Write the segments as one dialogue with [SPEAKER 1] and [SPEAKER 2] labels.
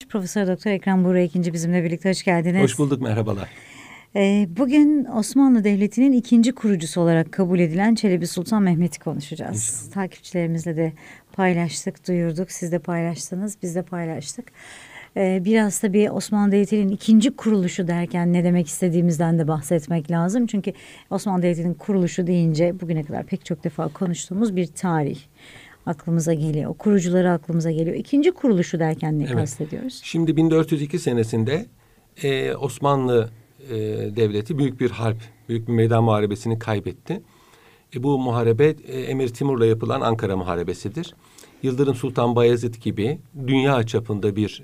[SPEAKER 1] Profesör Doktor Ekrem Buğra ikinci bizimle birlikte, hoş geldiniz.
[SPEAKER 2] Hoş bulduk, merhabalar.
[SPEAKER 1] Bugün Osmanlı Devleti'nin ikinci kurucusu olarak kabul edilen Çelebi Sultan Mehmet'i konuşacağız.
[SPEAKER 2] İnşallah.
[SPEAKER 1] Takipçilerimizle de paylaştık, duyurduk. Siz de paylaştınız, biz de paylaştık. Biraz tabii Osmanlı Devleti'nin ikinci kuruluşu derken ne demek istediğimizden de bahsetmek lazım. Çünkü Osmanlı Devleti'nin kuruluşu deyince bugüne kadar pek çok defa konuştuğumuz bir tarih aklımıza geliyor. Kurucuları aklımıza geliyor. İkinci kuruluşu derken ne kastediyoruz?
[SPEAKER 2] Şimdi 1402 senesinde Osmanlı Devleti büyük bir harp, büyük bir meydan muharebesini kaybetti. Bu muharebe Emir Timur'la yapılan Ankara Muharebesi'dir. Yıldırım Sultan Bayezid gibi dünya çapında bir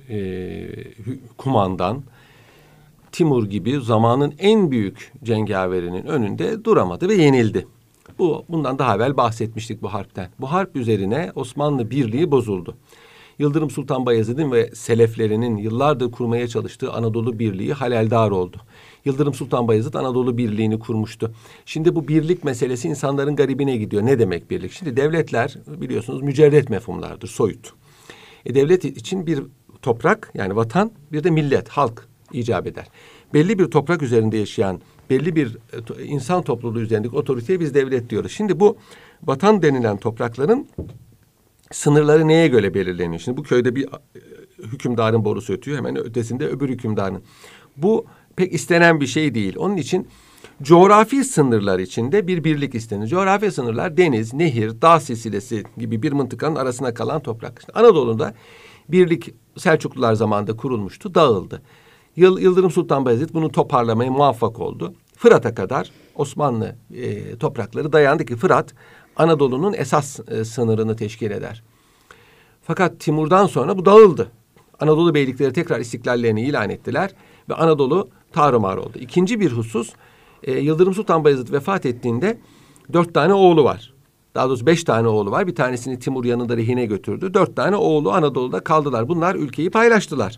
[SPEAKER 2] kumandan, Timur gibi zamanın en büyük cengaverinin önünde duramadı ve yenildi. Bundan daha evvel bahsetmiştik bu harpten. Bu harp üzerine Osmanlı Birliği bozuldu. Yıldırım Sultan Bayezid'in ve seleflerinin yıllardır kurmaya çalıştığı Anadolu Birliği haleldar oldu. Yıldırım Sultan Bayezid Anadolu Birliği'ni kurmuştu. Şimdi bu birlik meselesi insanların garibine gidiyor. Ne demek birlik? Şimdi devletler biliyorsunuz mücerret mefhumlardır, soyut. Devlet için bir toprak, yani vatan, bir de millet, halk icap eder. Belli bir toprak üzerinde yaşayan, belli bir insan topluluğu üzerindeki otoriteye biz devlet diyoruz. Şimdi bu vatan denilen toprakların sınırları neye göre belirleniyor? Şimdi bu köyde bir hükümdarın borusu ötüyor, hemen ötesinde öbür hükümdarın. Bu pek istenen bir şey değil. Onun için coğrafi sınırlar içinde bir birlik istenir. Coğrafi sınırlar deniz, nehir, dağ silsilesi gibi bir mıntıkanın arasına kalan toprak. İşte Anadolu'da birlik Selçuklular zamanında kurulmuştu, dağıldı. Yıldırım Sultan Bayezid bunu toparlamaya muvaffak oldu. Fırat'a kadar Osmanlı toprakları dayandı ki Fırat Anadolu'nun esas sınırını teşkil eder. Fakat Timur'dan sonra bu dağıldı. Anadolu beylikleri tekrar istiklallerini ilan ettiler ve Anadolu tarumar oldu. İkinci bir husus, Yıldırım Sultan Bayezid vefat ettiğinde 4 tane oğlu var. Daha doğrusu 5 tane oğlu var. Bir tanesini Timur yanında rehine götürdü. 4 tane oğlu Anadolu'da kaldılar. Bunlar ülkeyi paylaştılar.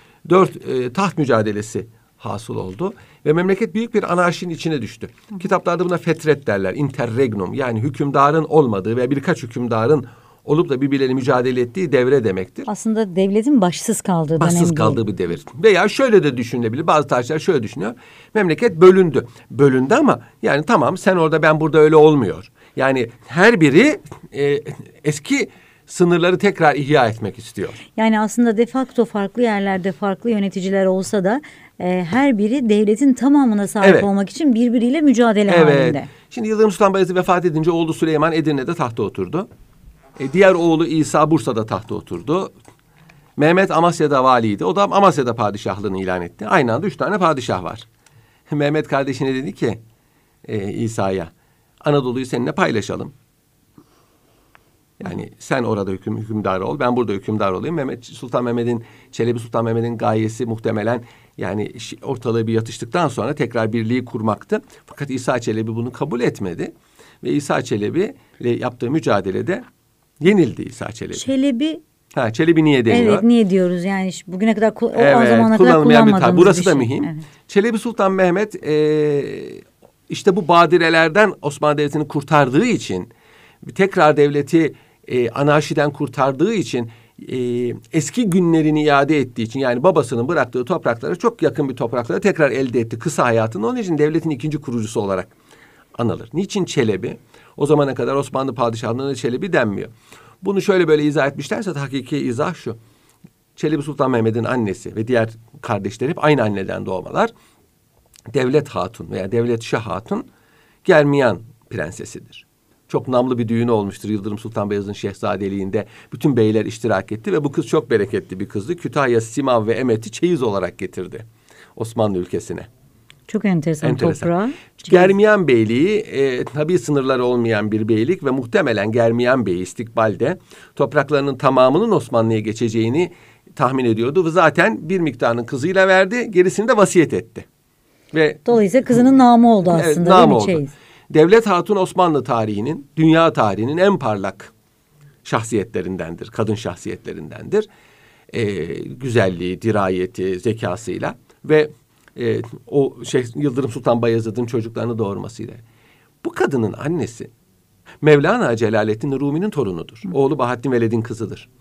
[SPEAKER 2] 4 taht mücadelesi hasıl oldu ve memleket büyük bir anarşinin içine düştü. Kitaplarda buna fetret derler, interregnum, yani hükümdarın olmadığı veya birkaç hükümdarın olup da birbirleriyle mücadele ettiği devre demektir.
[SPEAKER 1] Aslında devletin başsız kaldığı dönem
[SPEAKER 2] başsız kaldığı bir devir. Veya şöyle de düşünülebilir. Bazı tarihçiler şöyle düşünüyor. Memleket bölündü. Bölündü ama yani tamam, sen orada ben burada, öyle olmuyor. Yani her biri eski sınırları tekrar ihya etmek istiyor.
[SPEAKER 1] Yani aslında de facto farklı yerlerde farklı yöneticiler olsa da her biri devletin tamamına sahip olmak için birbiriyle mücadele halinde.
[SPEAKER 2] Şimdi Yıldırım Sultan Bayezid vefat edince oğlu Süleyman Edirne'de tahta oturdu. Diğer oğlu İsa Bursa'da tahta oturdu. Mehmet Amasya'da valiydi. O da Amasya'da padişahlığını ilan etti. Aynı anda 3 tane padişah var. Mehmet kardeşine dedi ki İsa'ya, Anadolu'yu seninle paylaşalım. Yani sen orada hükümdar ol, ben burada hükümdar olayım. Çelebi Sultan Mehmet'in gayesi muhtemelen yani ortalığı bir yatıştıktan sonra tekrar birliği kurmaktı. Fakat İsa Çelebi bunu kabul etmedi. Ve İsa Çelebi ile yaptığı mücadelede yenildi İsa Çelebi. Çelebi niye deniyor?
[SPEAKER 1] Evet, niye diyoruz yani bugüne kadar o
[SPEAKER 2] zamana kadar kullanmadığımız burası da mühim.
[SPEAKER 1] Evet.
[SPEAKER 2] Çelebi Sultan Mehmet işte bu badirelerden Osmanlı Devleti'ni kurtardığı için, tekrar devleti anarşiden kurtardığı için, eski günlerini iade ettiği için, yani babasının bıraktığı topraklara çok yakın bir topraklara tekrar elde etti kısa hayatını. Onun için devletin ikinci kurucusu olarak anılır. Niçin Çelebi? O zamana kadar Osmanlı padişahlığına Çelebi denmiyor. Bunu şöyle böyle izah etmişlerse hakiki izah şu. Çelebi Sultan Mehmet'in annesi ve diğer kardeşleri hep aynı anneden doğmalar. Devlet Hatun veya Devlet Şah Hatun Germiyan prensesidir. Çok namlı bir düğünü olmuştur Yıldırım Sultan Beyazıt'ın şehzadeliğinde. Bütün beyler iştirak etti ve bu kız çok bereketli bir kızdı. Kütahya, Simav ve Emet'i çeyiz olarak getirdi Osmanlı ülkesine.
[SPEAKER 1] Çok enteresan. Toprağı.
[SPEAKER 2] Germiyan Beyliği tabii sınırları olmayan bir beylik ve muhtemelen Germiyan Bey istikbalde topraklarının tamamının Osmanlı'ya geçeceğini tahmin ediyordu. Ve zaten bir miktarının kızıyla verdi, gerisini de vasiyet etti.
[SPEAKER 1] Dolayısıyla kızının namı oldu aslında.
[SPEAKER 2] Evet, namı oldu. Devlet Hatun Osmanlı tarihinin, dünya tarihinin en parlak şahsiyetlerindendir, kadın şahsiyetlerindendir. Güzelliği, dirayeti, zekasıyla ve Yıldırım Sultan Bayezid'in çocuklarını doğurmasıyla. Bu kadının annesi Mevlana Celaleddin Rumi'nin torunudur. Oğlu Bahattin Veled'in kızıdır.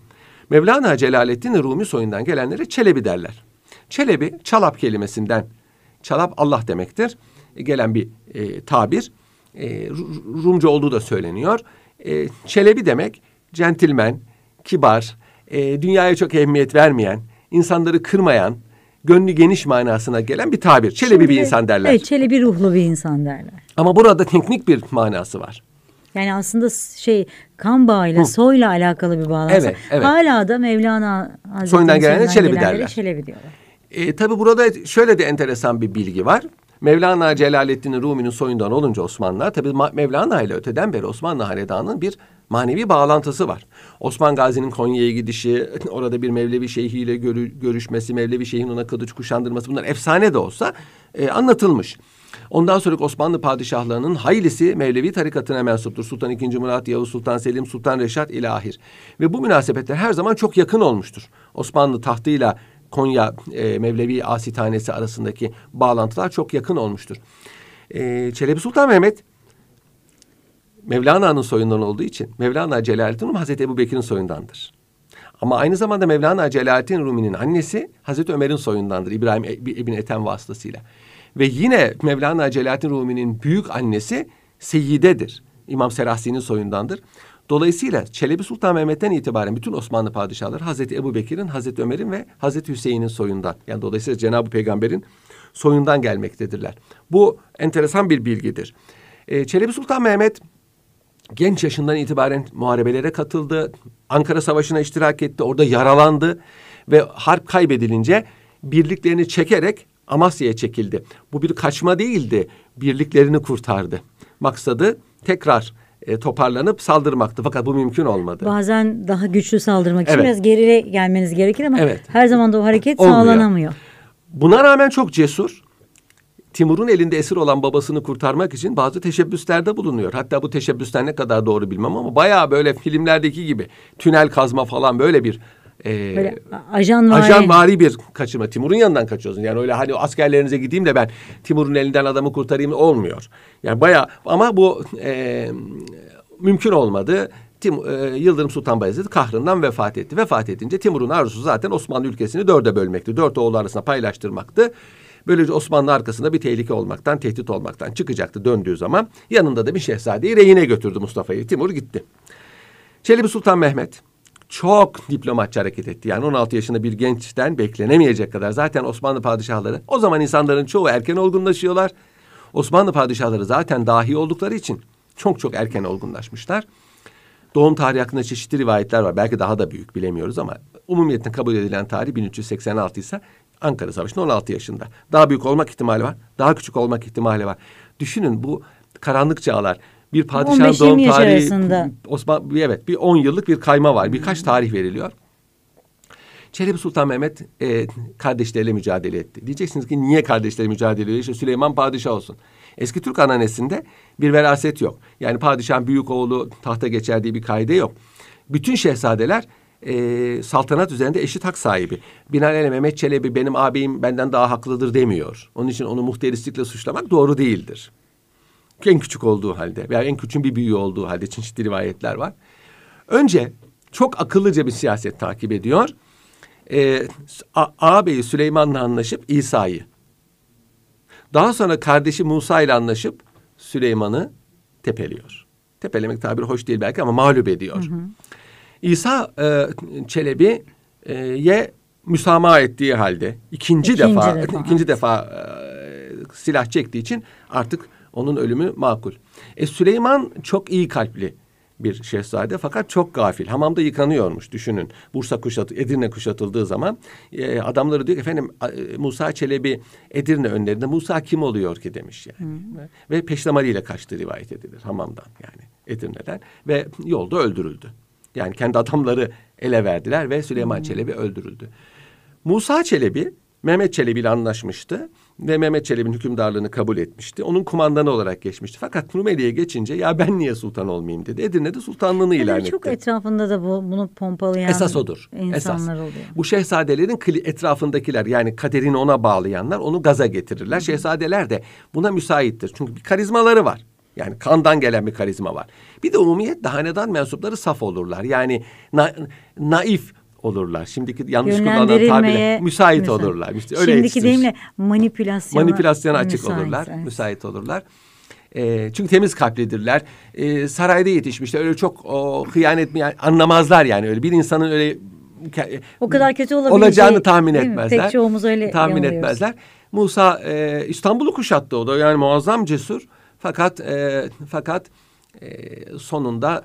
[SPEAKER 2] Mevlana Celaleddin Rumi soyundan gelenlere Çelebi derler. Çelebi, Çalap kelimesinden, Çalap Allah demektir, gelen bir tabir. Rumca olduğu da söyleniyor. Çelebi demek, centilmen, kibar, dünyaya çok ehemmiyet vermeyen, insanları kırmayan, gönlü geniş manasına gelen bir tabir. Çelebi bir insan derler.
[SPEAKER 1] Evet, çelebi ruhlu bir insan derler.
[SPEAKER 2] Ama burada teknik bir manası var.
[SPEAKER 1] Yani aslında kan bağıyla, soyla alakalı bir bağlantı.
[SPEAKER 2] Evet, evet.
[SPEAKER 1] Hala da Mevlana Hazretleri'nin
[SPEAKER 2] Soyundan gelenlere Çelebi derler.
[SPEAKER 1] Çelebi diyorlar.
[SPEAKER 2] Tabi burada şöyle de enteresan bir bilgi var. Mevlana Celaleddin Rumi'nin soyundan olunca Osmanlılar, tabi Mevlana ile öteden beri Osmanlı Hanedanı'nın bir manevi bağlantısı var. Osman Gazi'nin Konya'ya gidişi, orada bir Mevlevi şeyhiyle görüşmesi, Mevlevi şeyhin ona kılıç kuşandırması, bunlar efsane de olsa anlatılmış. Ondan sonraki Osmanlı padişahlarının haylisi Mevlevi tarikatına mensuptur. Sultan II. Murat, Yavuz Sultan Selim, Sultan Reşat ilahir. Ve bu münasebetler her zaman çok yakın olmuştur. Osmanlı tahtıyla Konya Mevlevi Asitanesi arasındaki bağlantılar çok yakın olmuştur. Çelebi Sultan Mehmet Mevlana'nın soyundan olduğu için Mevlana Celaleddin Rumi Hazreti Ebubekir'in soyundandır. Ama aynı zamanda Mevlana Celaleddin Rumi'nin annesi Hazreti Ömer'in soyundandır, İbrahim İbni Ethem vasıtasıyla. Ve yine Mevlana Celaleddin Rumi'nin büyük annesi Seyyide'dir. İmam Serahsi'nin soyundandır. Dolayısıyla Çelebi Sultan Mehmet'ten itibaren bütün Osmanlı padişahları Hazreti Ebubekir'in, Hazreti Ömer'in ve Hazreti Hüseyin'in soyundan, yani dolayısıyla Cenab-ı Peygamber'in soyundan gelmektedirler. Bu enteresan bir bilgidir. Çelebi Sultan Mehmet genç yaşından itibaren muharebelere katıldı. Ankara Savaşı'na iştirak etti. Orada yaralandı ve harp kaybedilince birliklerini çekerek Amasya'ya çekildi. Bu bir kaçma değildi. Birliklerini kurtardı. Maksadı tekrar toparlanıp saldırmaktı. Fakat bu mümkün olmadı.
[SPEAKER 1] Bazen daha güçlü saldırmak için
[SPEAKER 2] Evet.
[SPEAKER 1] biraz geriye gelmeniz gerekir ama
[SPEAKER 2] Evet.
[SPEAKER 1] her zaman da o hareket
[SPEAKER 2] Olmuyor.
[SPEAKER 1] sağlanamıyor.
[SPEAKER 2] Buna rağmen çok cesur. Timur'un elinde esir olan babasını kurtarmak için bazı teşebbüslerde bulunuyor. Hatta bu teşebbüsler ne kadar doğru bilmem ama bayağı böyle filmlerdeki gibi tünel kazma falan böyle bir
[SPEAKER 1] Böyle
[SPEAKER 2] ajanvari bir kaçırma. Timur'un yanından kaçıyorsun. Yani öyle hani askerlerinize gideyim de ben Timur'un elinden adamı kurtarayım olmuyor. Yani bayağı ama bu mümkün olmadı. Yıldırım Sultan Bayezid kahrından vefat etti. Vefat edince Timur'un arzusu zaten Osmanlı ülkesini dörde bölmekti. Dört oğlu arasında paylaştırmaktı. Böylece Osmanlı arkasında bir tehlike olmaktan, tehdit olmaktan çıkacaktı döndüğü zaman. Yanında da bir şehzadeyi rehine götürdü Mustafa'yı. Timur gitti. Çelebi Sultan Mehmet çok diplomatça hareket etti. Yani 16 yaşında bir gençten beklenemeyecek kadar. Zaten Osmanlı padişahları, o zaman insanların çoğu erken olgunlaşıyorlar. Osmanlı padişahları zaten dahi oldukları için çok erken olgunlaşmışlar. Doğum tarihi hakkında çeşitli rivayetler var. Belki daha da büyük, bilemiyoruz ama umumiyetle kabul edilen tarih 1386 ise Ankara Savaşı'nda 16 yaşında. Daha büyük olmak ihtimali var. Daha küçük olmak ihtimali var. Düşünün bu karanlık çağlar. Bir padişahın doğum tarihi evet bir 10 yıllık bir kayma var. Birkaç tarih veriliyor. Çelebi Sultan Mehmet kardeşleriyle mücadele etti. Diyeceksiniz ki niye kardeşleri mücadele ediyor? İşte Süleyman padişah olsun. Eski Türk ananesinde bir veraset yok. Yani padişahın büyük oğlu tahta geçer diye bir kaide yok. Bütün şehzadeler saltanat üzerinde eşit hak sahibi. Binaenaleyh Mehmet Çelebi benim ağabeyim benden daha haklıdır demiyor. Onun için onu muhterislikle suçlamak doğru değildir. En küçük olduğu halde veya en küçük bir büyüğü olduğu halde çeşitli rivayetler var. Önce çok akıllıca bir siyaset takip ediyor. Ağabeyi Süleyman'la anlaşıp İsa'yı. Daha sonra kardeşi Musa ile anlaşıp Süleyman'ı tepeliyor. Tepelemek tabiri hoş değil belki ama mağlup ediyor. Hı hı. İsa Çelebi'ye müsamaha ettiği halde ikinci defa silah çektiği için artık onun ölümü makul. Süleyman çok iyi kalpli bir şehzade fakat çok gafil. Hamamda yıkanıyormuş düşünün. Edirne kuşatıldığı zaman adamları diyor ki efendim Musa Çelebi Edirne önlerinde Musa kim oluyor ki demiş yani. Ve peştemaliyle kaçtığı rivayet edilir hamamdan yani Edirne'den ve yolda öldürüldü. Yani kendi adamları ele verdiler ve Süleyman Çelebi öldürüldü. Musa Çelebi Mehmet Çelebi ile anlaşmıştı ve Mehmet Çelebi'nin hükümdarlığını kabul etmişti. Onun kumandanı olarak geçmişti. Fakat Rumeli'ye geçince ya ben niye sultan olmayayım dedi. Edirne'de sultanlığını ilan etti.
[SPEAKER 1] Çok etrafında da bunu pompalayan
[SPEAKER 2] esas odur.
[SPEAKER 1] insanlar oluyor.
[SPEAKER 2] Bu şehzadelerin etrafındakiler yani kaderini ona bağlayanlar onu gaza getirirler. Şehzadeler de buna müsaittir. Çünkü bir karizmaları var. Yani kandan gelen bir karizma var. Bir de umumiyetle hanedan mensupları saf olurlar. Yani naif, olurlar. Şimdiki yanlış kullanılan
[SPEAKER 1] Yönlendirilmeye
[SPEAKER 2] tabirle müsait olurlar. İşte öyle
[SPEAKER 1] Şimdiki
[SPEAKER 2] yetiştirmiş.
[SPEAKER 1] deyimle manipülasyona
[SPEAKER 2] Açık
[SPEAKER 1] müsait,
[SPEAKER 2] olurlar,
[SPEAKER 1] evet.
[SPEAKER 2] müsait olurlar. Çünkü temiz kalplidirler. Sarayda yetişmişler. Öyle çok hıyanet yani anlamazlar yani. Öyle bir insanın öyle
[SPEAKER 1] O kadar kötü olabileceği,
[SPEAKER 2] olacağını tahmin
[SPEAKER 1] değil mi?
[SPEAKER 2] etmezler.
[SPEAKER 1] Pek çoğumuz öyle
[SPEAKER 2] tahmin
[SPEAKER 1] yanılıyoruz.
[SPEAKER 2] etmezler. Musa İstanbul'u kuşattı o da. Yani muazzam cesur. Fakat sonunda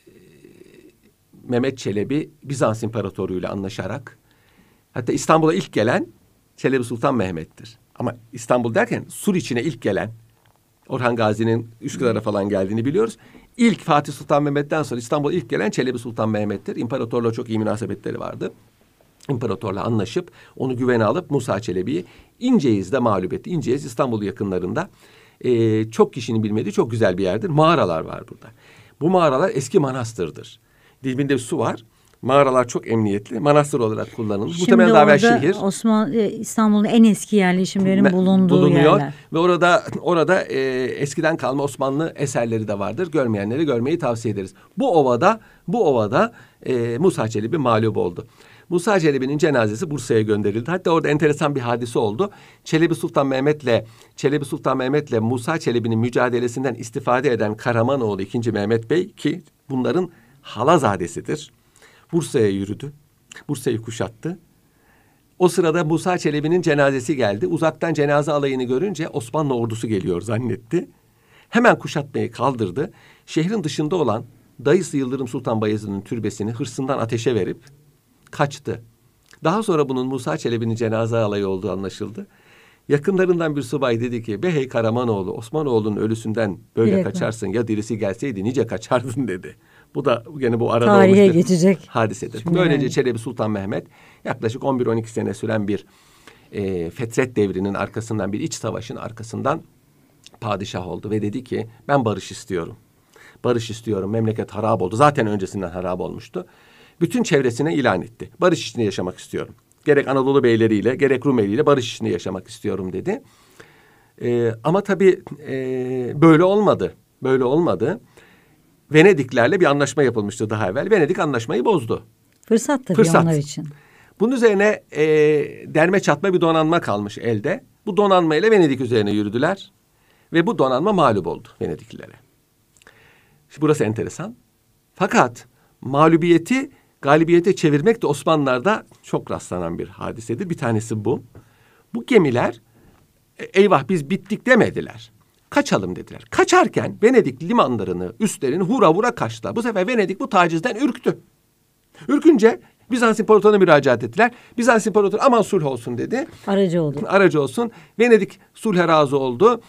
[SPEAKER 2] Mehmet Çelebi Bizans İmparatorluğu'yla anlaşarak, hatta İstanbul'a ilk gelen Çelebi Sultan Mehmet'tir. Ama İstanbul derken Suriçin'e ilk gelen, Orhan Gazi'nin Üsküdar'a falan geldiğini biliyoruz. İlk Fatih Sultan Mehmet'ten sonra İstanbul'a ilk gelen Çelebi Sultan Mehmet'tir. İmparatorla çok iyi münasebetleri vardı. İmparatorla anlaşıp onu güvene alıp Musa Çelebi'yi İnceiz'de mağlup etti. İnceiz İstanbul yakınlarında çok kişinin bilmediği çok güzel bir yerdir. Mağaralar var burada. Bu mağaralar eski manastırdır. Dibinde bir su var. Mağaralar çok emniyetli. Manastır olarak kullanılmış.
[SPEAKER 1] Şimdi
[SPEAKER 2] Muhtemelen daha evvel
[SPEAKER 1] orada
[SPEAKER 2] şehir.
[SPEAKER 1] İstanbul'un en eski yerleşimlerin bulunduğu
[SPEAKER 2] bulunuyor.
[SPEAKER 1] yerler.
[SPEAKER 2] Ve orada eskiden kalma Osmanlı eserleri de vardır. Görmeyenlere görmeyi tavsiye ederiz. Bu ovada Musa Çelebi mağlup oldu. Musa Çelebi'nin cenazesi Bursa'ya gönderildi. Hatta orada enteresan bir hadise oldu. Çelebi Sultan Mehmet'le Musa Çelebi'nin mücadelesinden istifade eden Karamanoğlu 2. Mehmet Bey, ki bunların halazadesidir, Bursa'ya yürüdü. Bursa'yı kuşattı. O sırada Musa Çelebi'nin cenazesi geldi. Uzaktan cenaze alayını görünce Osmanlı ordusu geliyor zannetti. Hemen kuşatmayı kaldırdı. Şehrin dışında olan dayısı Yıldırım Sultan Bayezid'in türbesini hırsından ateşe verip kaçtı. Daha sonra bunun Musa Çelebi'nin cenaze alayı olduğu anlaşıldı. Yakınlarından bir subay dedi ki, "Behey Karamanoğlu, Osmanoğlu'nun ölüsünden böyle
[SPEAKER 1] Direkt
[SPEAKER 2] kaçarsın. Ya dirisi gelseydi nice kaçardın," dedi. Bu da gene bu arada
[SPEAKER 1] Tarihe
[SPEAKER 2] olmuş bir
[SPEAKER 1] geçecek
[SPEAKER 2] hadisedir.
[SPEAKER 1] Şimdi
[SPEAKER 2] Böylece
[SPEAKER 1] yani.
[SPEAKER 2] Çelebi Sultan Mehmet yaklaşık 11-12 sene süren bir fetret devrinin arkasından, bir iç savaşın arkasından padişah oldu ve dedi ki, "Ben barış istiyorum. Barış istiyorum. Memleket harap oldu. Zaten öncesinden harap olmuştu." Bütün çevresine ilan etti. Barış içinde yaşamak istiyorum. Gerek Anadolu beyleriyle, gerek Rumeliyle barış içinde yaşamak istiyorum dedi. Ama tabii böyle olmadı. Böyle olmadı. Venediklerle bir anlaşma yapılmıştı daha evvel. Venedik anlaşmayı bozdu.
[SPEAKER 1] Fırsat tabii
[SPEAKER 2] Fırsat.
[SPEAKER 1] onlar için.
[SPEAKER 2] Bunun üzerine derme çatma bir donanma kalmış elde. Bu donanmayla Venedik üzerine yürüdüler. Ve bu donanma mağlup oldu Venediklilere. Şimdi burası enteresan. Fakat mağlubiyeti galibiyete çevirmek de Osmanlılar'da çok rastlanan bir hadisedir. Bir tanesi bu. Bu gemiler eyvah biz bittik demediler. Kaçalım dediler. Kaçarken Venedik limanlarını, üstlerini hura hura kaçtılar. Bu sefer Venedik bu tacizden ürktü. Ürkünce Bizans İmparatorluğu'na müracaat ettiler. Bizans İmparatoru aman sulh olsun dedi. Aracı olsun. Venedik sulhe razı oldu.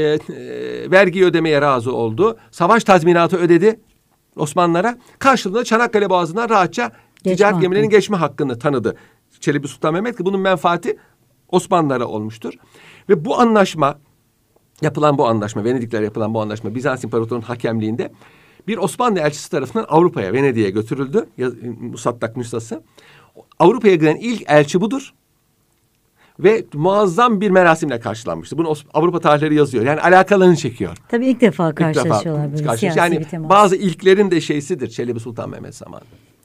[SPEAKER 2] Vergi ödemeye razı oldu. Savaş tazminatı ödedi Osmanlılara. Karşılığında Çanakkale Boğazı'ndan rahatça ticaret gemilerinin geçme hakkını tanıdı Çelebi Sultan Mehmet, ki bunun menfaati Osmanlılara olmuştur. Ve bu anlaşma, Venediklerle yapılan bu anlaşma Bizans İmparatorluğu'nun hakemliğinde bir Osmanlı elçisi tarafından Avrupa'ya, Venedik'e götürüldü. Musaddak nüshası. Avrupa'ya giden ilk elçi budur. Ve muazzam bir merasimle karşılanmıştı. Bunu Avrupa tarihleri yazıyor. Yani alakalarını çekiyor.
[SPEAKER 1] Tabii ilk defa karşılaşıyorlar böyle siyasi
[SPEAKER 2] yani
[SPEAKER 1] bir temas.
[SPEAKER 2] bazı ilklerin de şeysidir Çelebi Sultan Mehmet zamanı.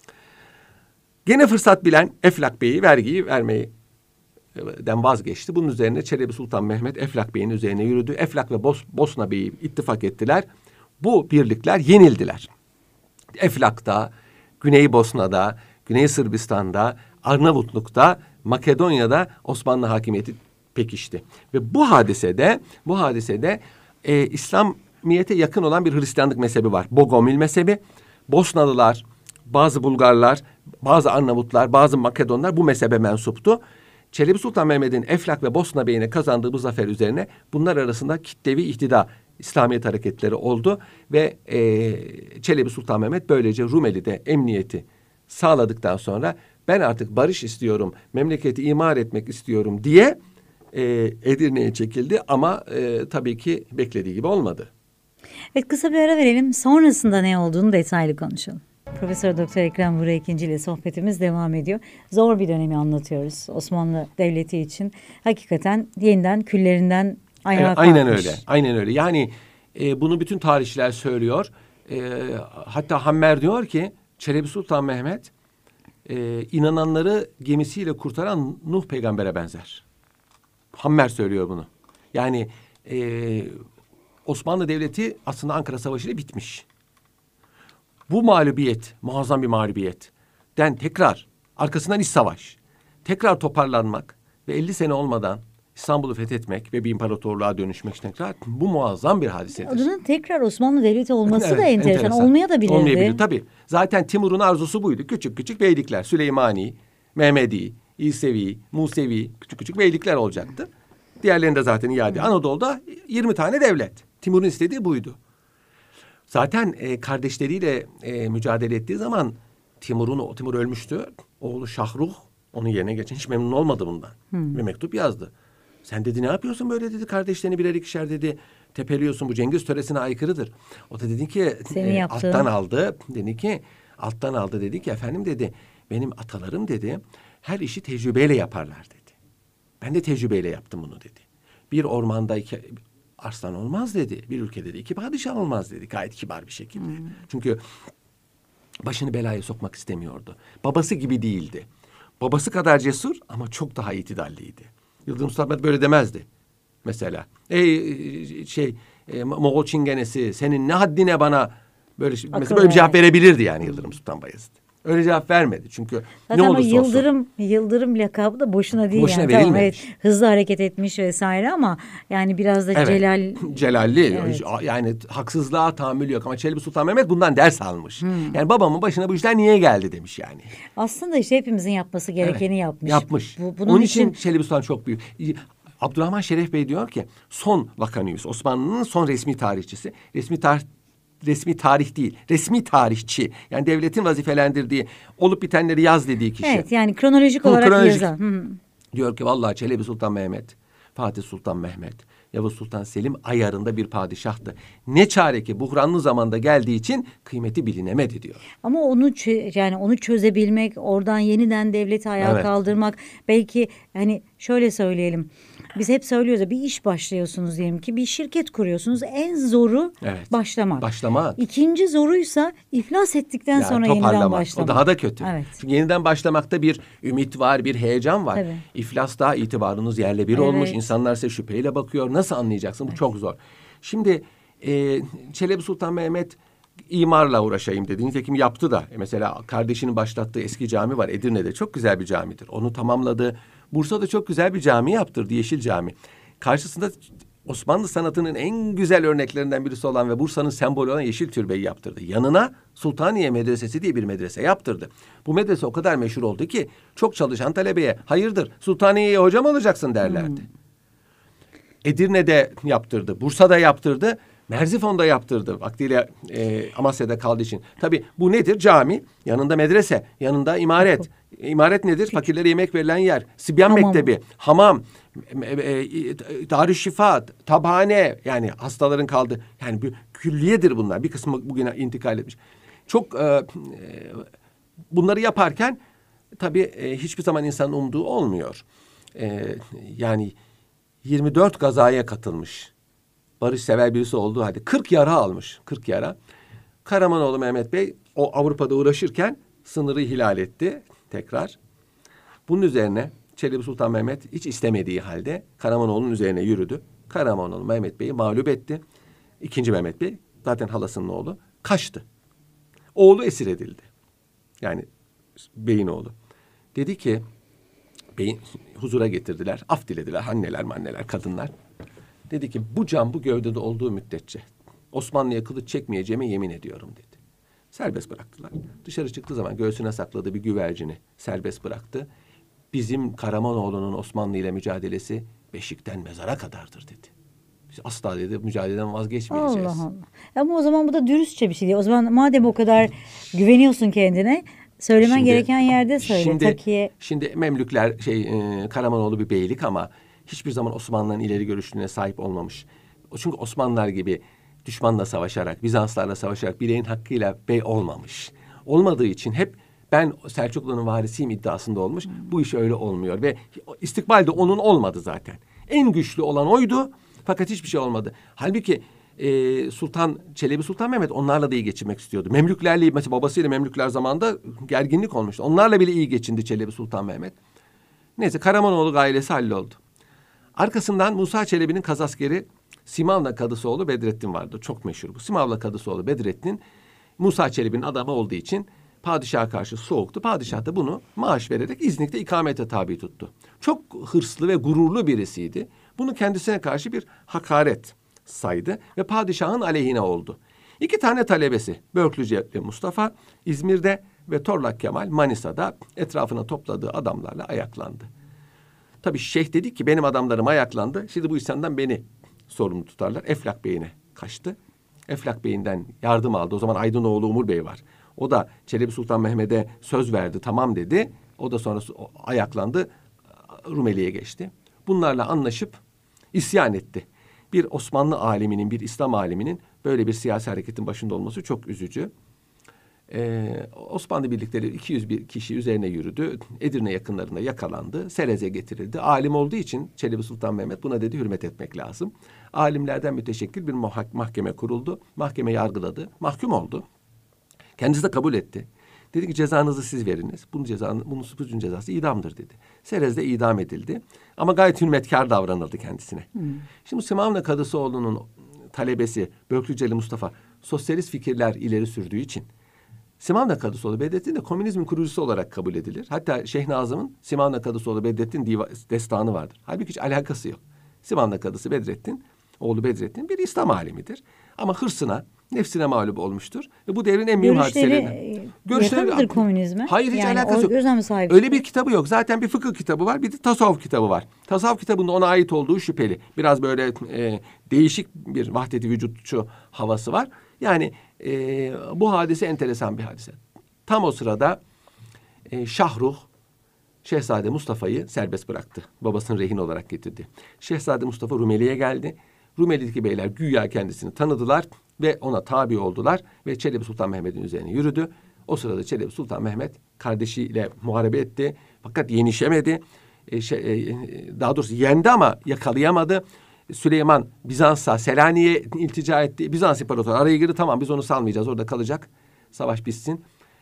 [SPEAKER 2] Gene fırsat bilen Eflak Bey'i vergiyi vermeyden vazgeçti. Bunun üzerine Çelebi Sultan Mehmet Eflak Bey'in üzerine yürüdü. Eflak ve Bosna Bey'i ittifak ettiler. Bu birlikler yenildiler. Eflak'ta, Güney Bosna'da, Güney Sırbistan'da, Arnavutluk'ta, Makedonya'da Osmanlı hakimiyeti pekişti. Ve bu hadisede İslamiyet'e yakın olan bir Hristiyanlık mezhebi var. Bogomil mezhebi. Bosnalılar, bazı Bulgarlar, bazı Arnavutlar, bazı Makedonlar bu mezhebe mensuptu. Çelebi Sultan Mehmet'in Eflak ve Bosna Bey'ine kazandığı bu zafer üzerine bunlar arasında kitlevi ihtida, İslamiyet hareketleri oldu ve Çelebi Sultan Mehmet böylece Rumeli'de emniyeti sağladıktan sonra ben artık barış istiyorum, memleketi imar etmek istiyorum diye Edirne'ye çekildi ama tabii ki beklediği gibi olmadı.
[SPEAKER 1] Evet, kısa bir ara verelim. Sonrasında ne olduğunu detaylı konuşalım. Profesör Doktor Ekrem Buğra İkinci ile sohbetimiz devam ediyor. Zor bir dönemi anlatıyoruz Osmanlı Devleti için. Hakikaten yeniden küllerinden ayağa kalkmış.
[SPEAKER 2] Aynen öyle. Yani bunu bütün tarihçiler söylüyor. Hatta Hammer diyor ki Çelebi Sultan Mehmet inananları gemisiyle kurtaran Nuh peygambere benzer. Hammer söylüyor bunu. Yani Osmanlı Devleti aslında Ankara Savaşı ile bitmiş. Bu mağlubiyet, muazzam bir mağlubiyetten tekrar arkasından iç savaş, tekrar toparlanmak ve 50 sene olmadan İstanbul'u fethetmek ve bir imparatorluğa dönüşmek tekrar bu muazzam bir hadisedir.
[SPEAKER 1] Adının tekrar Osmanlı Devleti olması
[SPEAKER 2] Evet,
[SPEAKER 1] da enteresan. Olmayabilirdi.
[SPEAKER 2] Olmayabilir tabii. Zaten Timur'un arzusu buydu. Küçük küçük beylikler. Süleymani, Mehmedi, İsevi, Musevi küçük küçük beylikler olacaktı. Diğerlerinde zaten iade. Anadolu'da 20 tane devlet. Timur'un istediği buydu. Zaten kardeşleriyle mücadele ettiği zaman Timur ölmüştü. Oğlu Şahruh onun yerine geçen hiç memnun olmadı bundan. Ve mektup yazdı. Sen dedi ne yapıyorsun böyle dedi, kardeşlerini birer ikişer dedi tepeliyorsun, bu Cengiz töresine aykırıdır. O da dedi ki alttan aldı dedi ki efendim dedi benim atalarım dedi her işi tecrübeyle yaparlar dedi. Ben de tecrübeyle yaptım bunu dedi. Bir ormanda iki arslan olmaz dedi. Bir ülkede de iki padişah olmaz dedi. Gayet kibar bir şekilde. Çünkü başını belaya sokmak istemiyordu. Babası gibi değildi. Babası kadar cesur ama çok daha itidalliydi. Yıldırım Sultan Mehmet böyle demezdi. Mesela Moğol çingenesi senin ne haddine bana mesela böyle bir cevap verebilirdi yani Yıldırım Sultan Bayezid. Öyle cevap vermedi çünkü
[SPEAKER 1] zaten
[SPEAKER 2] ne olursa olsun.
[SPEAKER 1] Yıldırım lakabı da boşuna değil
[SPEAKER 2] boşuna
[SPEAKER 1] yani.
[SPEAKER 2] verilmemiş.
[SPEAKER 1] Tamam, evet, hızlı hareket etmiş vesaire ama yani biraz da
[SPEAKER 2] Celalli.
[SPEAKER 1] Evet.
[SPEAKER 2] Yani haksızlığa tahammül yok ama Çelebi Sultan Mehmet bundan ders almış. Yani babamın başına bu işler niye geldi demiş yani.
[SPEAKER 1] Aslında işte hepimizin yapması gerekeni yapmış.
[SPEAKER 2] Yapmış.
[SPEAKER 1] Bunun
[SPEAKER 2] Onun için Çelebi Sultan çok büyük. Abdurrahman Şeref Bey diyor ki son Vakanius, Osmanlı'nın son resmi tarihçisi. Resmi tarih değil, resmi tarihçi. Yani devletin vazifelendirdiği, olup bitenleri yaz dediği kişi.
[SPEAKER 1] Evet, yani kronolojik olarak yazan.
[SPEAKER 2] Diyor ki vallahi Çelebi Sultan Mehmet, Fatih Sultan Mehmet, Yavuz Sultan Selim ayarında bir padişahtı. Ne çare ki buhranlı zamanda geldiği için kıymeti bilinemedi diyor.
[SPEAKER 1] Ama onu çözebilmek, oradan yeniden devleti ayağa kaldırmak, belki hani şöyle söyleyelim. Biz hep söylüyoruz ya, bir iş başlıyorsunuz diyelim ki, bir şirket kuruyorsunuz. En zoru başlamak. İkinci zoruysa iflas ettikten sonra yeniden başlamak.
[SPEAKER 2] O daha da kötü.
[SPEAKER 1] Evet.
[SPEAKER 2] Çünkü yeniden başlamakta bir ümit var, bir heyecan var.
[SPEAKER 1] Tabii.
[SPEAKER 2] İflasta itibarınız yerle bir olmuş. İnsanlar size şüpheyle bakıyor. Nasıl anlayacaksın? Bu çok zor. Şimdi Çelebi Sultan Mehmet imarla uğraşayım dedi. Nitekim yaptı da. Mesela kardeşinin başlattığı eski cami var Edirne'de. Çok güzel bir camidir. Onu tamamladı. Bursa'da çok güzel bir cami yaptırdı. Yeşil Cami. Karşısında Osmanlı sanatının en güzel örneklerinden birisi olan ve Bursa'nın sembolü olan Yeşil Türbe'yi yaptırdı. Yanına Sultaniye Medresesi diye bir medrese yaptırdı. Bu medrese o kadar meşhur oldu ki çok çalışan talebeye hayırdır Sultaniye'ye hocam olacaksın derlerdi. Edirne'de yaptırdı, Bursa'da yaptırdı, Merzifon'da yaptırdı. Vaktiyle Amasya'da kaldığı için. Tabii bu nedir? Cami, yanında medrese, yanında imaret. İmaret nedir? Fakirlere yemek verilen yer. Sibyan Mektebi, hamam, Darüşşifa, tabhane, yani hastaların kaldığı. Yani bir külliyedir bunlar. Bir kısmı bugüne intikal etmiş. Çok bunları yaparken tabii hiçbir zaman insanın umduğu olmuyor. Yani 24 gazaya katılmış. Barışsever birisi olduğu halde 40 yara almış. 40 yara. Karamanoğlu Mehmet Bey o Avrupa'da uğraşırken sınırı ihlal etti tekrar. Bunun üzerine Çelebi Sultan Mehmet hiç istemediği halde Karamanoğlu'nun üzerine yürüdü. Karamanoğlu Mehmet Bey'i mağlup etti. İkinci Mehmet Bey zaten halasının oğlu kaçtı. Oğlu esir edildi. Yani beyin oğlu. Dedi ki beyin huzura getirdiler. Af dilediler anneler manneler kadınlar. Dedi ki bu can bu gövdede olduğu müddetçe Osmanlı'ya kılıç çekmeyeceğime yemin ediyorum dedi. Serbest bıraktılar. Dışarı çıktığı zaman göğsüne sakladığı bir güvercini serbest bıraktı. Bizim Karamanoğlu'nun Osmanlı ile mücadelesi beşikten mezara kadardır dedi. Biz asla dedi mücadeleden vazgeçmeyeceğiz.
[SPEAKER 1] Allah Allah. Ama o zaman bu da dürüstçe bir şey değil. O zaman madem o kadar güveniyorsun kendine, söylemen gereken yerde söyle.
[SPEAKER 2] Şimdi Memlükler Karamanoğlu bir beylik ama hiçbir zaman Osmanlı'nın ileri görüşlülüğüne sahip olmamış. Çünkü Osmanlılar gibi düşmanla savaşarak, Bizanslarla savaşarak bireyin hakkıyla bey olmamış. Olmadığı için hep ben Selçuklu'nun varisiyim iddiasında olmuş. Bu iş öyle olmuyor ve istikbalde onun olmadı zaten. En güçlü olan oydu fakat hiçbir şey olmadı. Halbuki Çelebi Sultan Mehmet onlarla da iyi geçinmek istiyordu. Memlüklerle, mesela babasıyla Memlükler zamanında gerginlik olmuştu. Onlarla bile iyi geçindi Çelebi Sultan Mehmet. Neyse Karamanoğlu ailesi halloldu. Arkasından Musa Çelebi'nin kazaskeri Simavna Kadısoğlu Bedrettin vardı. Çok meşhur bu. Simavna Kadısoğlu Bedrettin Musa Çelebi'nin adamı olduğu için padişaha karşı soğuktu. Padişah da bunu maaş vererek İznik'te ikamete tabi tuttu. Çok hırslı ve gururlu birisiydi. Bunu kendisine karşı bir hakaret saydı ve padişahın aleyhine oldu. 2 tane talebesi Börklüce Mustafa İzmir'de ve Torlak Kemal Manisa'da etrafına topladığı adamlarla ayaklandı. Tabii şeyh dedi ki benim adamlarım ayaklandı. Şimdi bu isyandan beni sorumlu tutarlar. Eflak Bey'ine kaçtı. Eflak Bey'inden yardım aldı. O zaman Aydınoğlu Umur Bey var. O da Çelebi Sultan Mehmet'e söz verdi. Tamam dedi. O da sonra ayaklandı. Rumeli'ye geçti. Bunlarla anlaşıp isyan etti. Bir Osmanlı aliminin, bir İslam aliminin böyle bir siyasi hareketin başında olması çok üzücü. Osmanlı birlikleri 201 kişi üzerine yürüdü. Edirne yakınlarında yakalandı. Serez'e getirildi. Alim olduğu için Çelebi Sultan Mehmet buna dedi hürmet etmek lazım. Alimlerden müteşekkil bir mahkeme kuruldu. Mahkeme yargıladı. Mahkum oldu. Kendisi de kabul etti. Dedi ki cezanızı siz veriniz. Bunun suçun cezası idamdır dedi. Serez'de idam edildi. Ama gayet hürmetkar davranıldı kendisine. Şimdi Simavna Kadısoğlu'nun talebesi Börklüceli Mustafa sosyalist fikirler ileri sürdüğü için Simavna Kadısoğlu Bedrettin de komünizmin kurucusu olarak kabul edilir. Hatta Şeyh Nazım'ın Simavna Kadısoğlu Bedrettin destanı vardır. Halbuki hiç alakası yok. Simavna Kadısı Bedrettin, oğlu Bedrettin bir İslam alimidir. Ama hırsına, nefsine mağlup olmuştur. Ve bu devrin en mühim hadiselerinden.
[SPEAKER 1] Görüşleri yakındır komünizme.
[SPEAKER 2] Hayır hiç alakası yok. Öyle bir kitabı yok. Zaten bir fıkıh kitabı var, bir de tasavvuf kitabı var. Tasavvuf kitabında ona ait olduğu şüpheli. Biraz böyle değişik bir vahdet-i vücutçu havası var. Yani bu hadise enteresan bir hadise. Tam o sırada Şahruh Şehzade Mustafa'yı serbest bıraktı. Babasının rehin olarak getirdi. Şehzade Mustafa Rumeli'ye geldi. Rumeli'deki beyler güya kendisini tanıdılar ve ona tabi oldular ve Çelebi Sultan Mehmet'in üzerine yürüdü. O sırada Çelebi Sultan Mehmet kardeşiyle muharebe etti. Fakat yenişemedi. Daha doğrusu yendi ama yakalayamadı. Süleyman Bizans'a, Selanik'e iltica etti. Bizans İmparatoru araya girdi. Tamam biz onu salmayacağız. Orada kalacak. Savaş bitsin.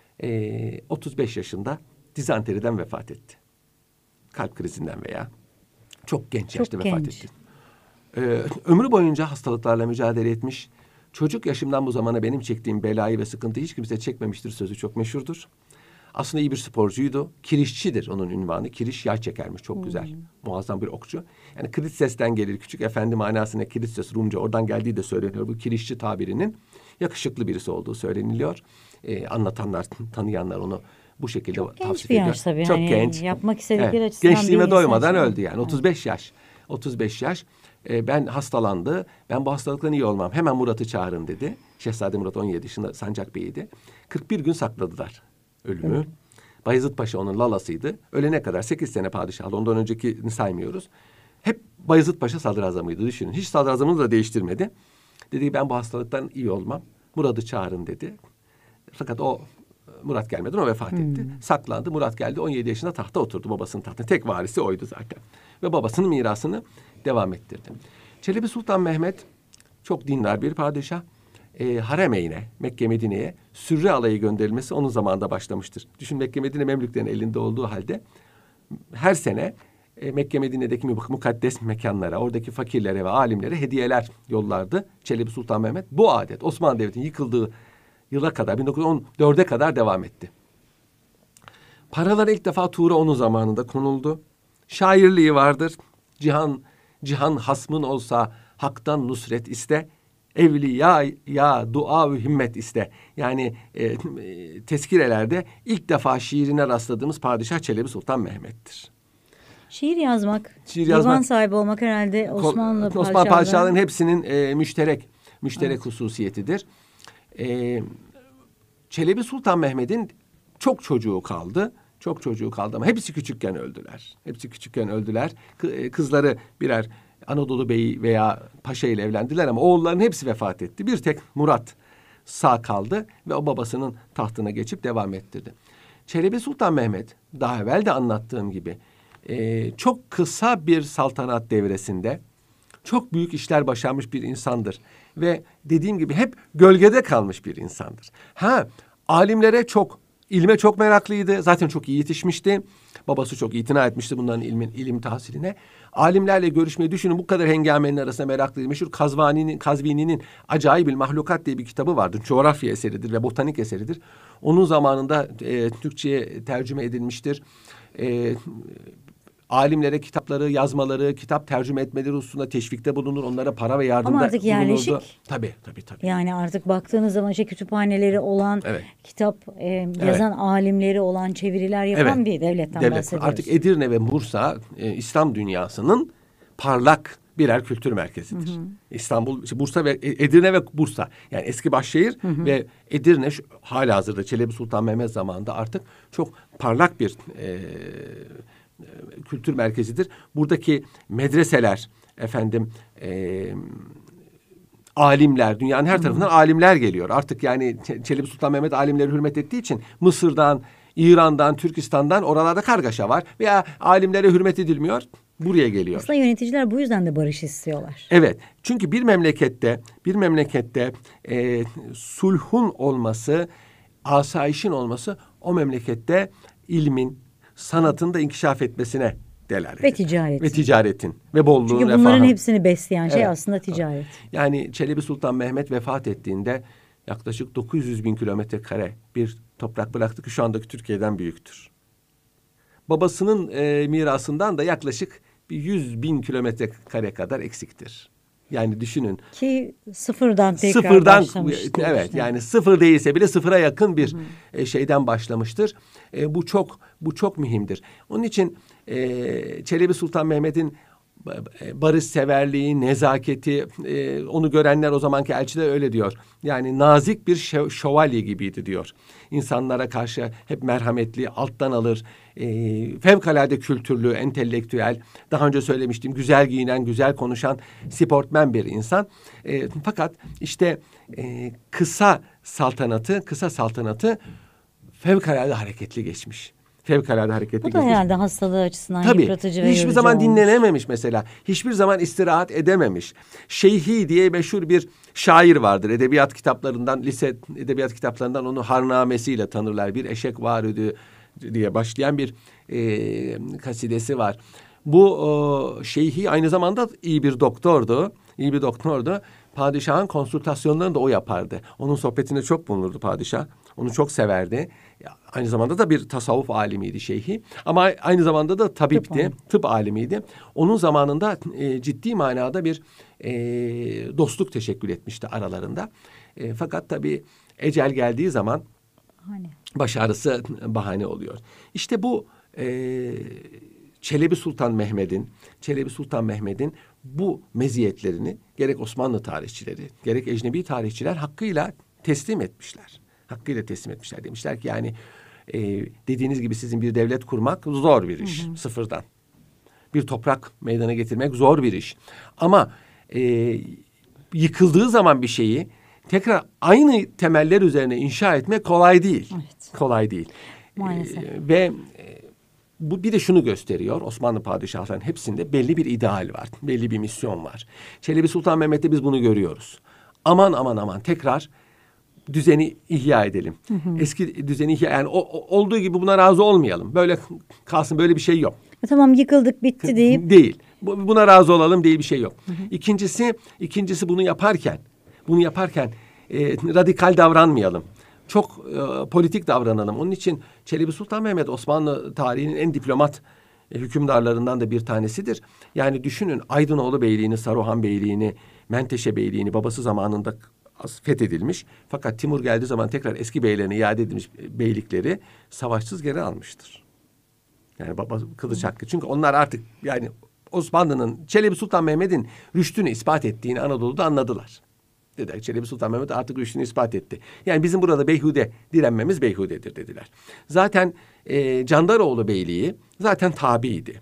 [SPEAKER 2] 35 yaşında dizanteriden vefat etti. Kalp krizinden veya çok genç yaşta vefat etti. Ömrü boyunca hastalıklarla mücadele etmiş. Çocuk yaşımdan bu zamana benim çektiğim belayı ve sıkıntıyı hiç kimse çekmemiştir sözü çok meşhurdur. Aslında iyi bir sporcuydu. Kirişçidir onun ünvanı. Kiriş yay çekermiş çok güzel. Muazzam bir okçu. Yani Kritses'ten gelir. Küçük efendi manasına Kritses Rumca oradan geldiği de söyleniyor. Bu kirişçi tabirinin yakışıklı birisi olduğu söyleniliyor. Anlatanlar, tanıyanlar onu bu şekilde tavsiye ediyor.
[SPEAKER 1] Genç tabii.
[SPEAKER 2] Çok
[SPEAKER 1] hani
[SPEAKER 2] genç.
[SPEAKER 1] Yapmak istedikleri açısından
[SPEAKER 2] Gençliğime doymadan öldü yani.
[SPEAKER 1] Evet.
[SPEAKER 2] 35 yaş. 35 yaş. Ben hastalandı. Ben bu hastalıktan iyi olmam. Hemen Murat'ı çağırın dedi. Şehzade Murat 17 yaşında Sancak Bey'iydi. 41 gün sakladılar ölümü. Evet. Bayezid Paşa onun lalasıydı. Ölene kadar 8 sene padişahlı. Ondan öncekini saymıyoruz. Hep Bayezid Paşa sadrazamıydı düşünün. Hiç sadrazamını da değiştirmedi. Dedi ben bu hastalıktan iyi olmam. Murat'ı çağırın dedi. Fakat Murat gelmeden o vefat etti. Saklandı. Murat geldi. 17 yaşında tahta oturdu babasının tahtına. Tek varisi oydu zaten. Ve babasının mirasını devam ettirdi. Çelebi Sultan Mehmet çok dindar bir padişah. Haremeyn'e, Mekke Medine'ye sürre alayı gönderilmesi onun zamanında başlamıştır. Düşün Mekke Medine Memlüklerin elinde olduğu halde her sene Mekke Medine'deki mukaddes mekanlara, oradaki fakirlere ve alimlere hediyeler yollardı. Çelebi Sultan Mehmet bu adet Osmanlı Devleti'nin yıkıldığı yıla kadar 1914'e kadar devam etti. Paralar ilk defa Tuğra onun zamanında konuldu. Şairliği vardır. Cihan hasmın olsa haktan nusret iste. Evliya ya dua ve himmet iste. Yani tezkirelerde ilk defa şiirine rastladığımız padişah Çelebi Sultan Mehmet'tir.
[SPEAKER 1] Şiir yazmak, divan sahibi olmak herhalde Osmanlı
[SPEAKER 2] padişahlarının hepsinin müşterek hususiyetidir. Çelebi Sultan Mehmet'in çok çocuğu kaldı. Çok çocuğu kaldı ama hepsi küçükken öldüler. Kızları birer Anadolu Beyi veya Paşa ile evlendiler ama oğulların hepsi vefat etti. Bir tek Murat sağ kaldı ve o babasının tahtına geçip devam ettirdi. Çelebi Sultan Mehmet daha evvel de anlattığım gibi çok kısa bir saltanat devresinde çok büyük işler başarmış bir insandır. Ve dediğim gibi hep gölgede kalmış bir insandır. Alimlere ilme çok meraklıydı. Zaten çok iyi yetişmişti. Babası çok itina etmişti bunların ilim tahsiline. Alimlerle görüşmeyi düşünün, bu kadar hengamenin arasında meraklıydı. Meşhur Kazvini'nin Acayip-ül Mahlukat diye bir kitabı vardır. Coğrafya eseridir ve botanik eseridir. Onun zamanında Türkçe'ye tercüme edilmiştir. Alimlere kitapları yazmaları, kitap tercüme etmeleri hususunda teşvikte bulunur. Onlara para ve yardımda
[SPEAKER 1] Ama artık yerleşik.
[SPEAKER 2] bulunurdu. Tabii.
[SPEAKER 1] Yani artık baktığınız zaman kütüphaneleri olan, kitap yazan alimleri olan, çeviriler yapan bir devletten bahsediyoruz.
[SPEAKER 2] Artık Edirne ve Bursa İslam dünyasının parlak birer kültür merkezidir. İstanbul, Bursa ve Edirne ve Bursa. Yani eski başşehir ve Edirne halihazırda Çelebi Sultan Mehmet zamanında artık çok parlak bir kültür merkezidir. Buradaki medreseler, alimler, dünyanın her tarafından alimler geliyor. Artık yani Çelebi Sultan Mehmet alimleri hürmet ettiği için Mısır'dan, İran'dan, Türkistan'dan oralarda kargaşa var. Veya alimlere hürmet edilmiyor, buraya geliyor.
[SPEAKER 1] Aslında yöneticiler bu yüzden de barış istiyorlar.
[SPEAKER 2] Evet, çünkü bir memlekette sulhun olması, asayişin olması o memlekette ilmin, sanatın da inkişaf etmesine delalet.
[SPEAKER 1] Ve
[SPEAKER 2] ticaretin ve bolluğun,
[SPEAKER 1] çünkü
[SPEAKER 2] refahın.
[SPEAKER 1] bunların hepsini besleyen şey aslında ticaret.
[SPEAKER 2] Yani Çelebi Sultan Mehmet vefat ettiğinde yaklaşık 900 bin kilometre kare bir toprak bıraktı ki şu andaki Türkiye'den büyüktür. Babasının mirasından da yaklaşık bir 100 bin kilometre kare kadar eksiktir. Yani düşünün.
[SPEAKER 1] Ki sıfırdan başlamıştır.
[SPEAKER 2] Evet, yani sıfır değilse bile sıfıra yakın bir şeyden başlamıştır. Bu çok mühimdir. Onun için Çelebi Sultan Mehmet'in barışseverliği, nezaketi, onu görenler, o zamanki elçiler öyle diyor. Yani nazik bir şövalye gibiydi diyor. İnsanlara karşı hep merhametli, alttan alır, fevkalade kültürlü, entelektüel, daha önce söylemiştim, güzel giyinen, güzel konuşan, sportmen bir insan. Fakat işte kısa saltanatı fevkalade hareketli geçmiş.
[SPEAKER 1] Bu da herhalde hastalığı açısından yıpratıcı ve
[SPEAKER 2] hiçbir
[SPEAKER 1] yorucu
[SPEAKER 2] zaman
[SPEAKER 1] olmuş.
[SPEAKER 2] dinlenememiş mesela. Hiçbir zaman istirahat edememiş. Şeyhi diye meşhur bir şair vardır. Lise edebiyat kitaplarından onu Harnamesiyle tanırlar. Bir eşek var idi diye başlayan bir kasidesi var. Bu şeyhi aynı zamanda iyi bir doktordu. Padişahın konsültasyonlarını da o yapardı. Onun sohbetinde çok bulunurdu padişah. Onu çok severdi. Aynı zamanda da bir tasavvuf alimiydi şeyhi. Ama aynı zamanda da tabipti, tıp alimiydi. Onun zamanında ciddi manada bir dostluk teşekkül etmişti aralarında. Fakat tabii ecel geldiği zaman başarısı bahane oluyor. İşte bu Çelebi Sultan Mehmet'in bu meziyetlerini gerek Osmanlı tarihçileri, gerek ecnebi tarihçiler hakkıyla teslim etmişler. Demişler ki yani dediğiniz gibi sizin bir devlet kurmak zor bir iş, sıfırdan. Bir toprak meydana getirmek zor bir iş. Ama yıkıldığı zaman bir şeyi tekrar aynı temeller üzerine inşa etmek kolay değil.
[SPEAKER 1] Evet.
[SPEAKER 2] Kolay değil.
[SPEAKER 1] Maalesef.
[SPEAKER 2] Bu bir de şunu gösteriyor. Osmanlı padişahlarının hepsinde belli bir ideal var. Belli bir misyon var. Çelebi Sultan Mehmet'te biz bunu görüyoruz. Aman tekrar düzeni ihya edelim. Eski düzeni ihya, yani olduğu gibi buna razı olmayalım. Böyle kalsın, böyle bir şey yok.
[SPEAKER 1] Tamam, yıkıldık, bitti deyip.
[SPEAKER 2] Değil. Buna razı olalım diye bir şey yok. İkincisi bunu yaparken radikal davranmayalım. Çok politik davranalım. Onun için Çelebi Sultan Mehmet Osmanlı tarihinin en diplomat hükümdarlarından da bir tanesidir. Yani düşünün, Aydınoğlu Beyliğini, Saruhan Beyliğini, Menteşe Beyliğini babası zamanında fethedilmiş. Fakat Timur geldiği zaman tekrar eski beylerine iade edilmiş beylikleri savaşsız geri almıştır. Yani baba kılıç hakkı. Çünkü onlar artık yani Osmanlı'nın, Çelebi Sultan Mehmet'in rüştünü ispat ettiğini Anadolu'da anladılar. Dediler, Çelebi Sultan Mehmet artık rüştünü ispat etti. Yani bizim burada direnmemiz beyhudedir dediler. Zaten Candaroğlu Beyliği zaten tabiydi.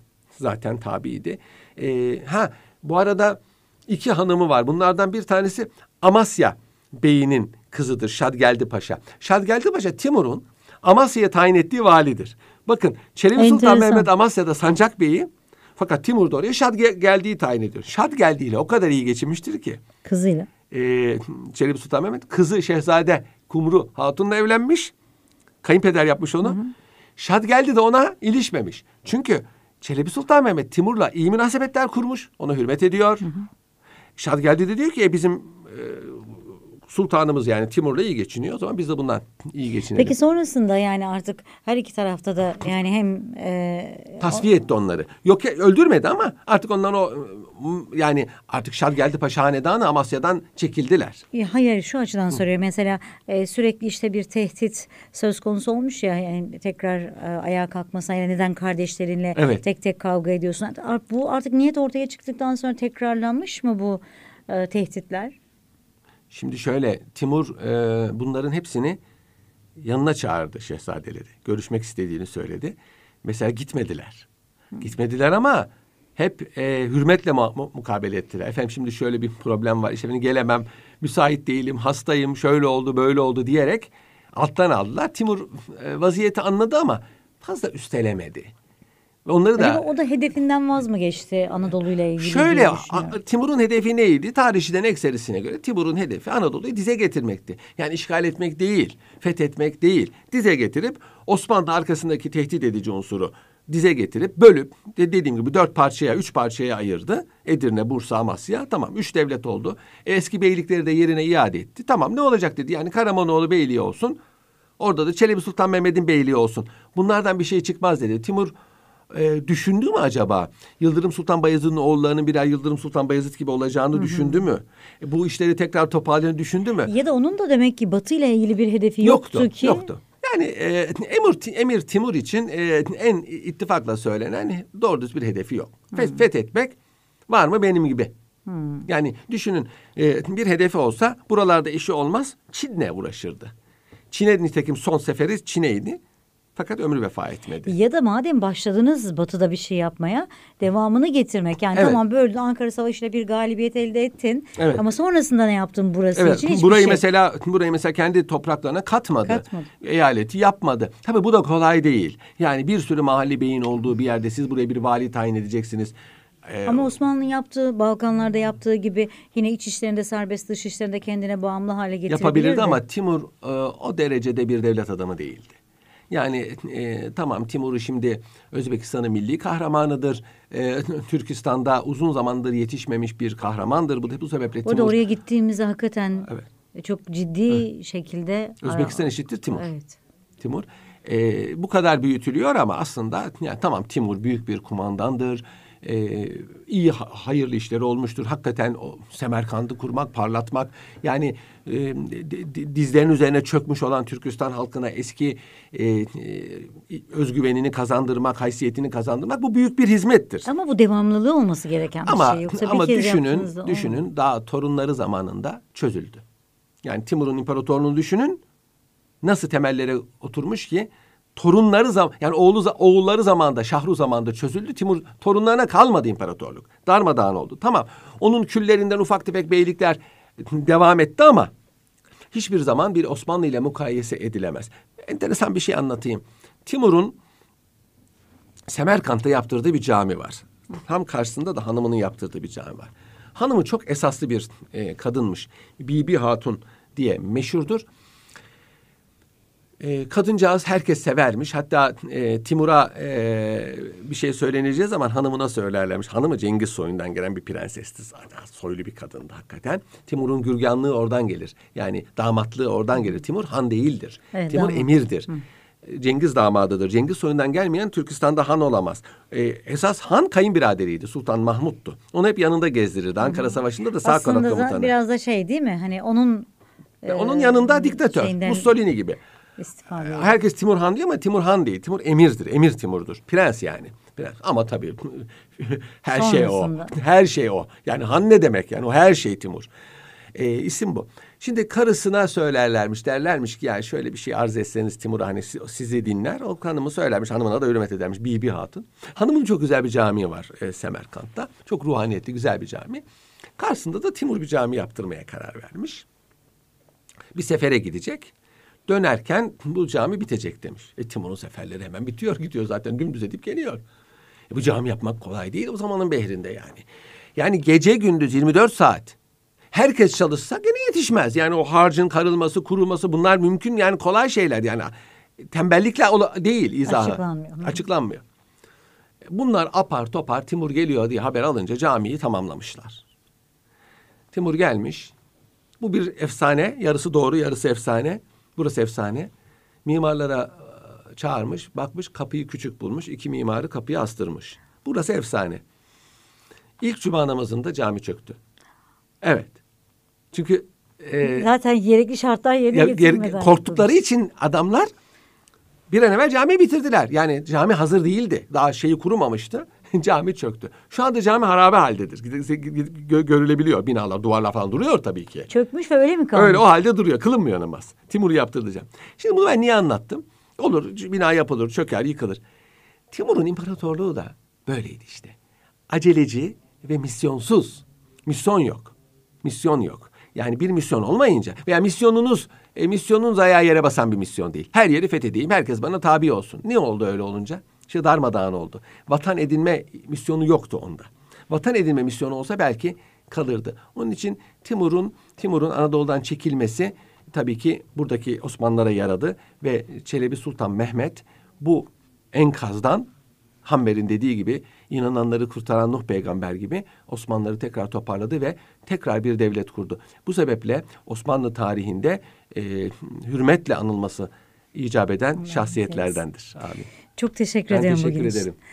[SPEAKER 2] Bu arada 2 hanımı var. Bunlardan bir tanesi Amasya Bey'inin kızıdır, Şadgeldi Paşa. Şadgeldi Paşa Timur'un Amasya'ya tayin ettiği validir. Bakın, Çelebi Sultan Mehmet Amasya'da Sancak Bey'i, Fakat Timur da oraya Şadgeldi'yi tayin ediyor. Şadgeldi o kadar iyi geçinmiştir ki.
[SPEAKER 1] Kızıyla.
[SPEAKER 2] Çelebi Sultan Mehmet kızı Şehzade Kumru Hatun'la evlenmiş. Kayınpeder yapmış onu. Şadgeldi de ona ilişmemiş. Çünkü Çelebi Sultan Mehmet Timur'la iyi münasebetler kurmuş. Ona hürmet ediyor. Şadgeldi de diyor ki bizim sultanımız yani Timur'la iyi geçiniyor. O zaman biz de bundan iyi geçinelim.
[SPEAKER 1] Peki sonrasında yani artık her iki tarafta da yani hem
[SPEAKER 2] tasfiye etti onları. Yok öldürmedi ama artık ondan yani artık Şadgeldi Paşa Hanedanı Amasya'dan çekildiler.
[SPEAKER 1] hayır şu açıdan soruyorum. Mesela sürekli işte bir tehdit söz konusu olmuş ya yani tekrar ayağa kalkmasına yani neden kardeşlerinle
[SPEAKER 2] Evet.
[SPEAKER 1] tek tek kavga ediyorsun? Bu artık niyet ortaya çıktıktan sonra tekrarlanmış mı bu tehditler?
[SPEAKER 2] Şimdi şöyle Timur bunların hepsini yanına çağırdı şehzadeleri. Görüşmek istediğini söyledi. Mesela gitmediler. Gitmediler ama hep hürmetle mukabele ettiler. Efendim şimdi şöyle bir problem var. İşte ben gelemem, müsait değilim, hastayım, şöyle oldu, böyle oldu diyerek alttan aldılar. Timur vaziyeti anladı ama fazla üstelemedi. Ve onları da...
[SPEAKER 1] Acaba o da hedefinden vaz mı geçti Anadolu ile ilgili?
[SPEAKER 2] Şöyle Timur'un hedefi neydi? Tarihçilerin ekserisine göre Timur'un hedefi Anadolu'yu dize getirmekti. Yani işgal etmek değil, fethetmek değil. Dize getirip Osmanlı arkasındaki tehdit edici unsuru dize getirip bölüp dediğim gibi 3 parçaya ayırdı. Edirne, Bursa, Amasya. Tamam 3 devlet oldu. Eski beylikleri de yerine iade etti. Tamam ne olacak dedi. Yani Karamanoğlu beyliği olsun. Orada da Çelebi Sultan Mehmet'in beyliği olsun. Bunlardan bir şey çıkmaz dedi. Timur düşündü mü acaba? Yıldırım Sultan Bayezid'in oğullarının birer Yıldırım Sultan Bayezid gibi olacağını düşündü mü? Bu işleri tekrar toparlayacağını düşündü mü?
[SPEAKER 1] Ya da onun da demek ki Batı ile ilgili bir hedefi yoktu ki.
[SPEAKER 2] Yoktu. Yani Emir Timur için en ittifakla söylenen doğru düz bir hedefi yok. Fethetmek var mı benim gibi? Yani düşünün bir hedefi olsa buralarda işi olmaz Çin'le uğraşırdı. Çin'e nitekim son seferi Çin'eydi. Fakat ömrü vefa etmedi.
[SPEAKER 1] Ya da madem başladınız Batı'da bir şey yapmaya devamını getirmek. Yani
[SPEAKER 2] Evet.
[SPEAKER 1] tamam böyle Ankara Savaşı'yla bir galibiyet elde ettin.
[SPEAKER 2] Evet.
[SPEAKER 1] Ama sonrasında ne yaptın burası
[SPEAKER 2] Evet,
[SPEAKER 1] için? Hiçbir
[SPEAKER 2] burayı
[SPEAKER 1] şey.
[SPEAKER 2] mesela kendi topraklarına katmadı.
[SPEAKER 1] Katmadı.
[SPEAKER 2] Eyaleti yapmadı. Tabii bu da kolay değil. Yani bir sürü mahalli beyin olduğu bir yerde siz buraya bir vali tayin edeceksiniz.
[SPEAKER 1] Ama Osmanlı'nın yaptığı, Balkanlarda yaptığı gibi yine iç işlerinde serbest, dış işlerinde kendine bağımlı hale getirebilirdi.
[SPEAKER 2] Yapabilirdi ama Timur o derecede bir devlet adamı değildi. Yani tamam Timur'u şimdi Özbekistan'ın milli kahramanıdır. Türkistan'da uzun zamandır yetişmemiş bir kahramandır. Bu sebeple Timur...
[SPEAKER 1] Orada oraya gittiğimizde hakikaten
[SPEAKER 2] Evet.
[SPEAKER 1] çok ciddi şekilde...
[SPEAKER 2] Özbekistan eşittir Timur.
[SPEAKER 1] Evet.
[SPEAKER 2] Timur. Bu kadar büyütülüyor ama aslında yani tamam Timur büyük bir kumandandır. İyi hayırlı işleri olmuştur. Hakikaten o Semerkant'ı kurmak, parlatmak yani dizlerin üzerine çökmüş olan Türkistan halkına eski özgüvenini kazandırmak, haysiyetini kazandırmak bu büyük bir hizmettir.
[SPEAKER 1] Ama bu devamlılığı olması gereken bir şey. Yoksa
[SPEAKER 2] Ama
[SPEAKER 1] bir kez yaptığınızda olmaz.
[SPEAKER 2] düşünün daha torunları zamanında çözüldü. Yani Timur'un imparatorluğunu düşünün. Nasıl temellere oturmuş ki torunları yani oğulları zamanında Şahru zamanında çözüldü. Timur torunlarına kalmadı imparatorluk. Darmadağın oldu. Tamam. Onun küllerinden ufak tefek beylikler devam etti ama hiçbir zaman bir Osmanlı ile mukayese edilemez. Enteresan bir şey anlatayım. Timur'un Semerkant'ta yaptırdığı bir cami var. Tam karşısında da hanımının yaptırdığı bir cami var. Hanımı çok esaslı bir kadınmış. Bibi Hatun diye meşhurdur. Kadıncağız herkes severmiş. Hatta Timur'a bir şey söyleneceği zaman hanımına söylerlermiş. Hanımı Cengiz soyundan gelen bir prensesti zaten. Soylu bir kadındı hakikaten. Timur'un gürganlığı oradan gelir. Yani damatlığı oradan gelir. Timur han değildir.
[SPEAKER 1] Evet,
[SPEAKER 2] Timur
[SPEAKER 1] damat.
[SPEAKER 2] emirdir. Cengiz damadıdır. Cengiz soyundan gelmeyen Türkistan'da han olamaz. Esas han kayınbiraderiydi. Sultan Mahmut'tu. Onu hep yanında gezdirirdi. Ankara Savaşı'nda da sağ kanat komutanı.
[SPEAKER 1] Aslında biraz da şey değil mi? Hani
[SPEAKER 2] onun yanında diktatör.
[SPEAKER 1] şeyinden
[SPEAKER 2] Mussolini gibi.
[SPEAKER 1] istifa ediyor.
[SPEAKER 2] Herkes Timur Han diyor ama Timur Han değil. Timur emirdir. Emir Timur'dur. Prens yani. Prens. Ama tabii her şey o.
[SPEAKER 1] Sonrasında.
[SPEAKER 2] Her şey o. Yani Han ne demek yani? O her şey Timur. İsim bu. Şimdi karısına söylerlermiş. Derlermiş ki yani şöyle bir şey arz etseniz Timur'a hani sizi dinler. O hanımı söylermiş. Hanımına da hürmet edermiş. Bibi Hatun. Hanımın çok güzel bir camii var Semerkant'ta. Çok ruhaniyetli güzel bir cami. Karşısında da Timur bir cami yaptırmaya karar vermiş. Bir sefere gidecek. Dönerken bu cami bitecek demiş. Timur'un seferleri hemen bitiyor gidiyor zaten dümdüz edip geliyor. Bu cami yapmak kolay değil o zamanın behrinde yani. Yani gece gündüz 24 saat. Herkes çalışsa gene yetişmez. Yani o harcın karılması, kurulması bunlar mümkün yani kolay şeyler yani. Tembellikle değil izahı.
[SPEAKER 1] Açıklanmıyor.
[SPEAKER 2] Açıklanmıyor. Bunlar apar topar Timur geliyor diye haber alınca camiyi tamamlamışlar. Timur gelmiş. Bu bir efsane. Yarısı doğru, yarısı efsane. Burası efsane. Mimarlara çağırmış. Bakmış kapıyı küçük bulmuş. 2 mimarı kapıyı astırmış. Burası efsane. İlk cuma namazında cami çöktü. Evet. Çünkü
[SPEAKER 1] Zaten gerekli şartlar yerine getirmeden.
[SPEAKER 2] korktukları için adamlar bir an evvel camiyi bitirdiler. Yani cami hazır değildi. Daha şeyi kurumamıştı. Cami çöktü. Şu anda cami harabe haldedir. Görülebiliyor. Binalar, duvarlar falan duruyor tabii ki.
[SPEAKER 1] Çökmüş ve öyle mi kalmış?
[SPEAKER 2] Öyle o halde duruyor. Kılınmıyor namaz. Timur'u yaptıracağım. Şimdi bunu ben niye anlattım? Olur bina yapılır, çöker, yıkılır. Timur'un imparatorluğu da böyleydi işte. Aceleci ve misyonsuz. Misyon yok. Misyon yok. Yani bir misyon olmayınca veya misyonunuz ayağı yere basan bir misyon değil. Her yeri fethedeyim, herkes bana tabi olsun. Ne oldu öyle olunca? İşte darmadağın oldu. Vatan edinme misyonu yoktu onda. Vatan edinme misyonu olsa belki kalırdı. Onun için Timur'un Anadolu'dan çekilmesi tabii ki buradaki Osmanlılara yaradı ve Çelebi Sultan Mehmet bu enkazdan Hammer'in dediği gibi inananları kurtaran Nuh peygamber gibi Osmanlıları tekrar toparladı ve tekrar bir devlet kurdu. Bu sebeple Osmanlı tarihinde hürmetle anılması icap eden şahsiyetlerdendir. Amin.
[SPEAKER 1] Çok teşekkür
[SPEAKER 2] Ben
[SPEAKER 1] ederim
[SPEAKER 2] teşekkür
[SPEAKER 1] bugün için.
[SPEAKER 2] ederim.